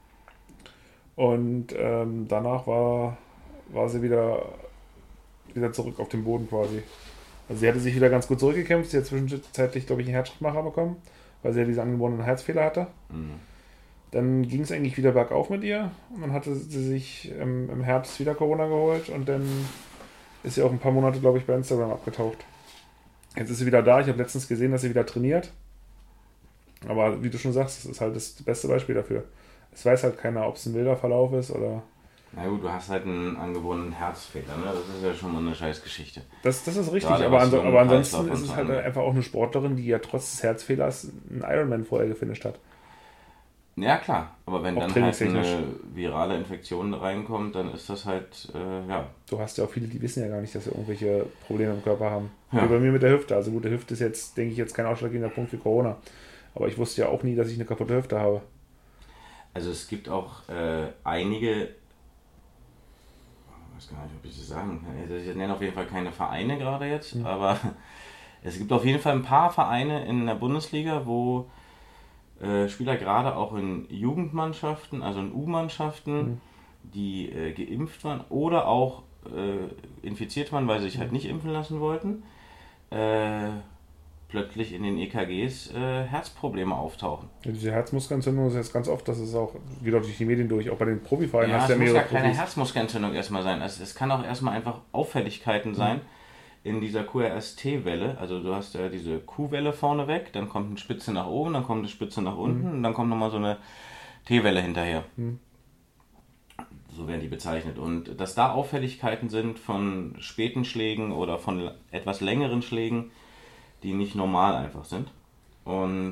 Und ähm, danach war, war sie wieder, wieder zurück auf den Boden quasi. Also sie hatte sich wieder ganz gut zurückgekämpft. Sie hat zwischenzeitlich, glaube ich, einen Herzschrittmacher bekommen, weil sie ja diese angeborenen Herzfehler hatte. Mhm. Dann ging es eigentlich wieder bergauf mit ihr und dann hatte sie sich im, im Herbst wieder Corona geholt und dann ist sie auch ein paar Monate, glaube ich, bei Instagram abgetaucht. Jetzt ist sie wieder da. Ich habe letztens gesehen, dass sie wieder trainiert. Aber wie du schon sagst, das ist halt das beste Beispiel dafür. Es weiß halt keiner, ob es ein wilder Verlauf ist oder... Na gut, du hast halt einen angeborenen Herzfehler, ne? Das ist ja schon mal eine Scheißgeschichte. Das, das ist richtig, aber, anso- aber ansonsten ist es halt einfach auch eine Sportlerin, die ja trotz des Herzfehlers einen Ironman vorher gefinisht hat. Ja klar, aber wenn auch dann halt eine virale Infektion reinkommt, dann ist das halt, äh, ja. Du hast ja auch viele, die wissen ja gar nicht, dass sie irgendwelche Probleme im Körper haben. Ja. Wie bei mir mit der Hüfte. Also gut, der Hüfte ist jetzt, denke ich, jetzt kein ausschlaggebender Punkt für Corona. Aber ich wusste ja auch nie, dass ich eine kaputte Hüfte habe. Also es gibt auch äh, einige, ich weiß gar nicht, ob ich das sagen kann, ich nenne auf jeden Fall keine Vereine gerade jetzt, mhm. aber es gibt auf jeden Fall ein paar Vereine in der Bundesliga, wo äh, Spieler gerade auch in Jugendmannschaften, also in U-Mannschaften, mhm. die äh, geimpft waren oder auch äh, infiziert waren, weil sie sich halt nicht impfen lassen wollten, äh, plötzlich in den E K Gs äh, Herzprobleme auftauchen. Ja, diese Herzmuskelentzündung ist jetzt ganz oft, dass es auch, geht auch durch die Medien durch, auch bei den Profivereinen. Ja, es ja muss ja keine Profis. Herzmuskelentzündung erstmal sein. Also es kann auch erstmal einfach Auffälligkeiten sein mhm. in dieser Q R S T-Welle. Also du hast ja diese Q-Welle vorne weg, dann kommt eine Spitze nach oben, dann kommt eine Spitze nach unten mhm. und dann kommt nochmal so eine T-Welle hinterher. Mhm. So werden die bezeichnet. Und dass da Auffälligkeiten sind von späten Schlägen oder von etwas längeren Schlägen, die nicht normal einfach sind. Und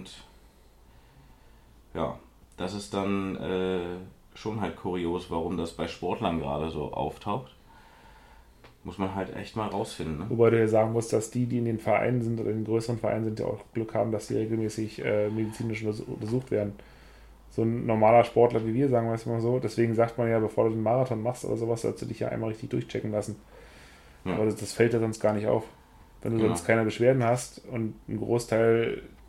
ja, das ist dann äh, schon halt kurios, warum das bei Sportlern gerade so auftaucht. Muss man halt echt mal rausfinden. Ne? Wobei du ja sagen musst, dass die, die in den Vereinen sind oder in den größeren Vereinen sind, ja auch Glück haben, dass sie regelmäßig äh, medizinisch untersucht werden. So ein normaler Sportler wie wir, sagen wir es mal so. Deswegen sagt man ja, bevor du den Marathon machst oder sowas, sollst du dich ja einmal richtig durchchecken lassen. Ja. Aber das, das fällt ja sonst gar nicht auf. Wenn du genau. sonst keine Beschwerden hast und ein Großteil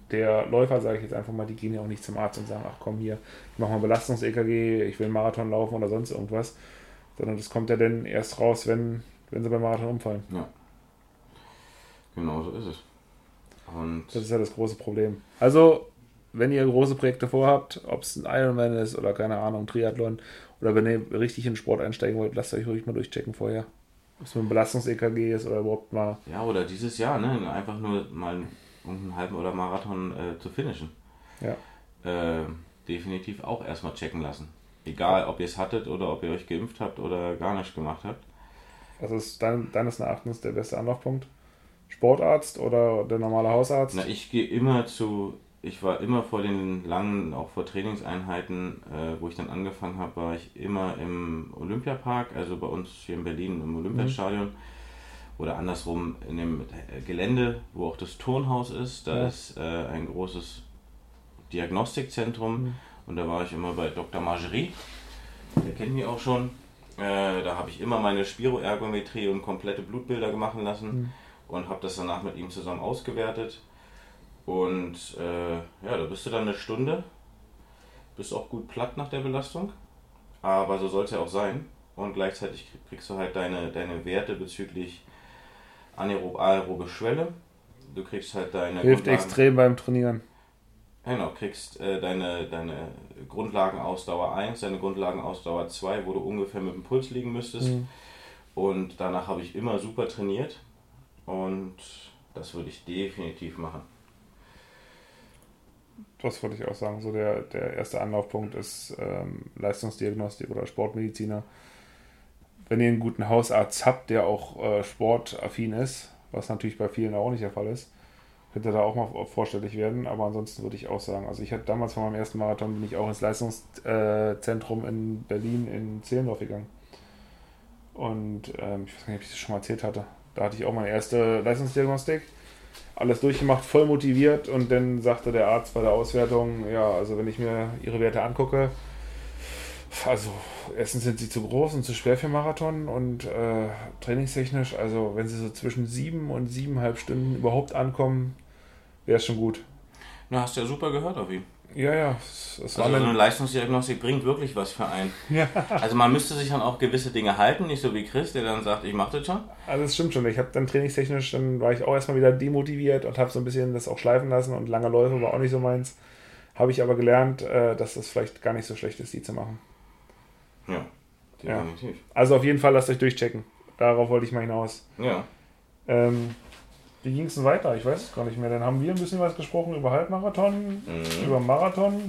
der Läufer, sage ich jetzt einfach mal, die gehen ja auch nicht zum Arzt und sagen, ach komm hier, ich mache mal Belastungs-E K G, ich will einen Marathon laufen oder sonst irgendwas. Sondern das kommt ja dann erst raus, wenn, wenn sie beim Marathon umfallen. Ja. Genau so ist es. Und das ist ja das große Problem. Also, wenn ihr große Projekte vorhabt, ob es ein Ironman ist oder keine Ahnung, Triathlon, oder wenn ihr richtig in den Sport einsteigen wollt, lasst euch ruhig mal durchchecken vorher. Ob es mit einem Belastungs-E K G ist oder überhaupt mal. Ja, oder dieses Jahr, ne? Einfach nur mal einen halben oder Marathon äh, zu finishen. Ja. Äh, definitiv auch erstmal checken lassen. Egal, ob ihr es hattet oder ob ihr euch geimpft habt oder gar nicht gemacht habt. Was ist dein, deines Erachtens der beste Anlaufpunkt? Sportarzt oder der normale Hausarzt? Na, ich gehe immer zu, ich war immer vor den langen, auch vor Trainingseinheiten, äh, wo ich dann angefangen habe, war ich immer im Olympiapark, also bei uns hier in Berlin im Olympiastadion. Mhm. Oder andersrum in dem Gelände, wo auch das Turnhaus ist. Da ja. ist äh, ein großes Diagnostikzentrum. Mhm. Und da war ich immer bei Doktor Margerie, der kennt mich auch schon. Äh, da habe ich immer meine Spiroergometrie und komplette Blutbilder machen lassen mhm. und habe das danach mit ihm zusammen ausgewertet. Und äh, ja, da bist du dann eine Stunde, bist auch gut platt nach der Belastung, aber so soll es ja auch sein. Und gleichzeitig kriegst du halt deine, deine Werte bezüglich anaerob, aerobe Schwelle. Du kriegst halt deine... Hilft Grundlagen, extrem beim Trainieren. Genau, kriegst äh, deine, deine Grundlagenausdauer eins, deine Grundlagenausdauer zwei, wo du ungefähr mit dem Puls liegen müsstest. Mhm. Und danach habe ich immer super trainiert und das würde ich definitiv machen. Das wollte ich auch sagen. So der, der erste Anlaufpunkt ist ähm, Leistungsdiagnostik oder Sportmediziner. Wenn ihr einen guten Hausarzt habt, der auch äh, sportaffin ist, was natürlich bei vielen auch nicht der Fall ist, könnte da auch mal vorstellig werden, aber ansonsten würde ich auch sagen, also ich hatte damals von meinem ersten Marathon, bin ich auch ins Leistungszentrum in Berlin in Zehlendorf gegangen. Und ähm, ich weiß nicht, ob ich das schon mal erzählt hatte. Da hatte ich auch meine erste Leistungsdiagnostik, alles durchgemacht, voll motiviert und dann sagte der Arzt bei der Auswertung, ja, also wenn ich mir ihre Werte angucke, also erstens sind sie zu groß und zu schwer für Marathon und äh, trainingstechnisch, also wenn sie so zwischen sieben und siebeneinhalb Stunden überhaupt ankommen, wäre es schon gut. Na, hast du ja super gehört auf ihn. Ja, ja. Es, es also war so eine Leistungsdiagnostik bringt wirklich was für einen. Ja. Also man müsste sich dann auch gewisse Dinge halten, nicht so wie Chris, der dann sagt, ich mach das schon. Also das stimmt schon. Ich habe dann trainingstechnisch, dann war ich auch erstmal wieder demotiviert und habe so ein bisschen das auch schleifen lassen und lange Läufe war auch nicht so meins. Habe ich aber gelernt, äh, dass das vielleicht gar nicht so schlecht ist, die zu machen. Ja, definitiv. Ja. Also auf jeden Fall lasst euch durchchecken. Darauf wollte ich mal hinaus. Ja. Ähm, wie ging es denn weiter? Ich weiß es gar nicht mehr. Dann haben wir ein bisschen was gesprochen über Halbmarathon, mhm. über Marathon.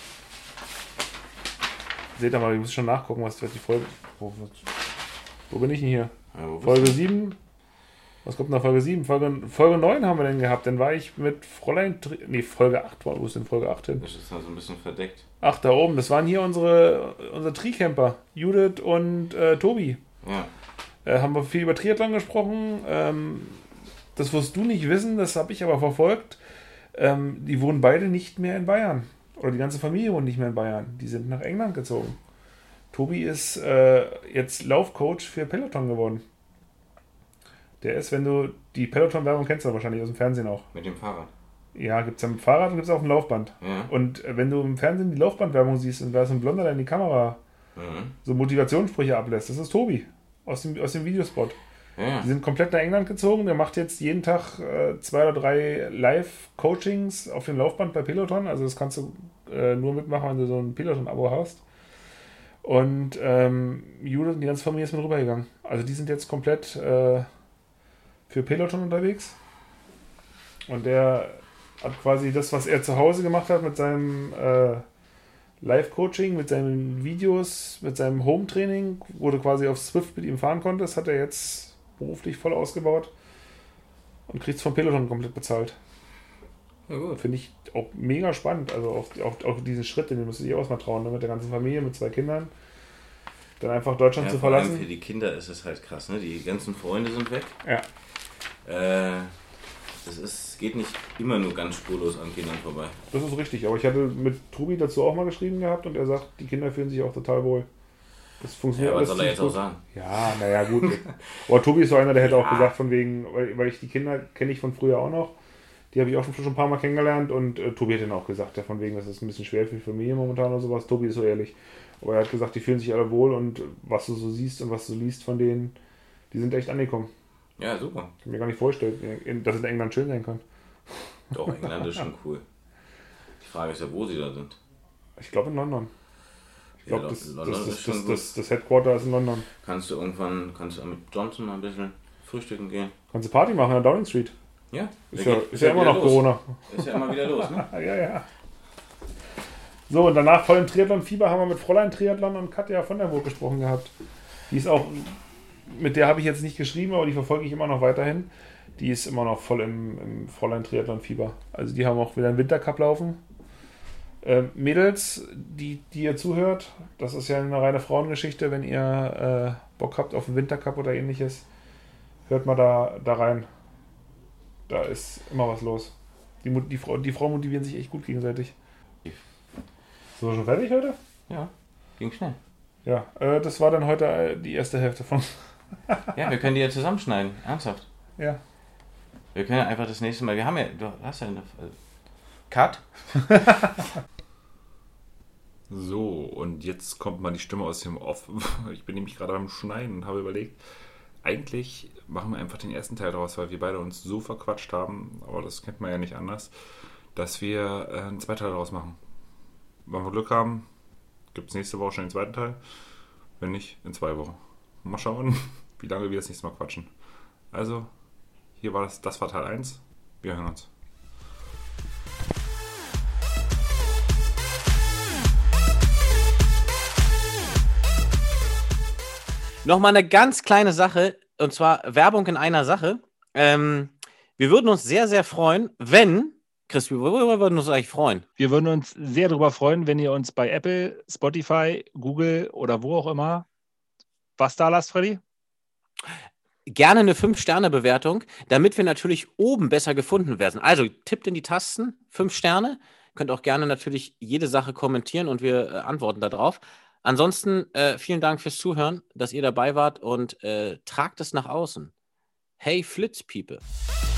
Seht ihr mal, wir müssen schon nachgucken, was wird die Folge... Wo, wo bin ich denn hier? Ja, Folge sieben. Was kommt nach Folge sieben? Folge, Folge neun haben wir denn gehabt. Dann war ich mit Fräulein... Nee, Folge acht war. Wo ist denn Folge acht hin? Das ist da so ein bisschen verdeckt. Ach, da oben. Das waren hier unsere, unsere Tricamper. Judith und äh, Tobi. Ja. Äh, haben wir viel über Triathlon gesprochen. Ähm, das wirst du nicht wissen, das habe ich aber verfolgt. Ähm, die wohnen beide nicht mehr in Bayern. Oder die ganze Familie wohnt nicht mehr in Bayern. Die sind nach England gezogen. Tobi ist äh, jetzt Laufcoach für Peloton geworden. Der ist, wenn du die Peloton-Werbung kennst, du wahrscheinlich aus dem Fernsehen auch. Mit dem Fahrrad. Ja, gibt es ja mit Fahrrad und gibt es auch ein Laufband. Ja. Und äh, wenn du im Fernsehen die Laufbandwerbung siehst und da ist ein Blonder, der in die Kamera mhm. so Motivationssprüche ablässt, das ist Tobi aus dem, aus dem Videospot. Ja. Die sind komplett nach England gezogen. Der macht jetzt jeden Tag äh, zwei oder drei Live-Coachings auf dem Laufband bei Peloton. Also das kannst du äh, nur mitmachen, wenn du so ein Peloton-Abo hast. Und ähm, Judith und die ganze Familie ist mit rübergegangen. Also die sind jetzt komplett äh, für Peloton unterwegs. Und der hat quasi das, was er zu Hause gemacht hat mit seinem äh, Live-Coaching, mit seinen Videos, mit seinem Home-Training, wo du quasi auf Swift mit ihm fahren konntest, hat er jetzt beruflich voll ausgebaut und kriegt es von Peloton komplett bezahlt. Ja, gut. Finde ich auch mega spannend. Also auch, auch, auch diesen Schritt, den müsst ihr sich auch mal trauen, ne? Mit der ganzen Familie, mit zwei Kindern. Dann einfach Deutschland ja, zu vor verlassen. allem für die Kinder ist es halt krass, ne? Die ganzen Freunde sind weg. Ja. Äh, das ist, geht nicht immer nur ganz spurlos an Kindern vorbei. Das ist richtig, aber ich hatte mit Tobi dazu auch mal geschrieben gehabt und er sagt, die Kinder fühlen sich auch total wohl. Das funktioniert ja, alles. Was soll er jetzt gut. auch sagen? Ja, naja, gut. Aber Tobi ist so einer, der hätte ja. auch gesagt, von wegen, weil, weil ich die Kinder kenne ich von früher auch noch, Die habe ich auch schon, schon ein paar Mal kennengelernt und äh, Tobi hat dann auch gesagt, ja, von wegen, das ist ein bisschen schwer für die Familie momentan oder sowas. Tobi ist so ehrlich. Aber er hat gesagt, die fühlen sich alle wohl und was du so siehst und was du liest von denen, die sind echt angekommen. Ja, super. Ich kann mir gar nicht vorstellen, dass es in England schön sein kann. Doch, England ist schon cool. Die Frage ist ja, wo sie da sind. Ich glaube in London. Ich glaube, Ja, das, London das, ist das, schon das, gut. das, das Headquarter ist in London. Kannst du irgendwann, kannst du mit Johnson mal ein bisschen frühstücken gehen? Kannst du Party machen an der Downing Street? Ja. Ist der ja, geht- ist ja immer noch los. Corona. Ist ja immer wieder los, ne? Ja, ja. So, und danach voll im Triathlon-Fieber haben wir mit Fräulein Triathlon und Katja von der Burg gesprochen gehabt. Die ist auch, mit der habe ich jetzt nicht geschrieben, aber die verfolge ich immer noch weiterhin. Die ist immer noch voll im, im Fräulein Triathlon-Fieber. Also die haben auch wieder einen Wintercup laufen. Ähm, Mädels, die, die ihr zuhört, das ist ja eine reine Frauengeschichte, wenn ihr äh, Bock habt auf einen Wintercup oder ähnliches, hört mal da, da rein. Da ist immer was los. Die, Mut- die, Frau, die Frauen motivieren sich echt gut gegenseitig. So, schon fertig heute? Ja, ging schnell. Ja, äh, das war dann heute äh, die erste Hälfte von. Ja, wir können die ja zusammenschneiden. Ernsthaft. Ja. Wir können ja einfach das nächste Mal, wir haben ja, du hast ja eine äh, Cut. So, und jetzt kommt mal die Stimme aus dem Off. Ich bin nämlich gerade beim Schneiden und habe überlegt, eigentlich machen wir einfach den ersten Teil daraus, weil wir beide uns so verquatscht haben, aber das kennt man ja nicht anders, dass wir äh, einen zweiten Teil daraus machen. Wenn wir Glück haben, gibt es nächste Woche schon den zweiten Teil. Wenn nicht, in zwei Wochen. Mal schauen, wie lange wir das nächste Mal quatschen. Also, hier war das, das war Teil eins. Wir hören uns. Nochmal eine ganz kleine Sache, und zwar Werbung in einer Sache. Ähm, wir würden uns sehr, sehr freuen, wenn, Chris, worüber würden wir uns eigentlich freuen? Wir würden uns sehr darüber freuen, wenn ihr uns bei Apple, Spotify, Google oder wo auch immer was da lasst, Freddy. Gerne eine fünf Sterne Bewertung, damit wir natürlich oben besser gefunden werden. Also tippt in die Tasten, fünf Sterne. Könnt auch gerne natürlich jede Sache kommentieren und wir äh, antworten darauf. Ansonsten äh, vielen Dank fürs Zuhören, dass ihr dabei wart und äh, tragt es nach außen. Hey Flitzpiepe.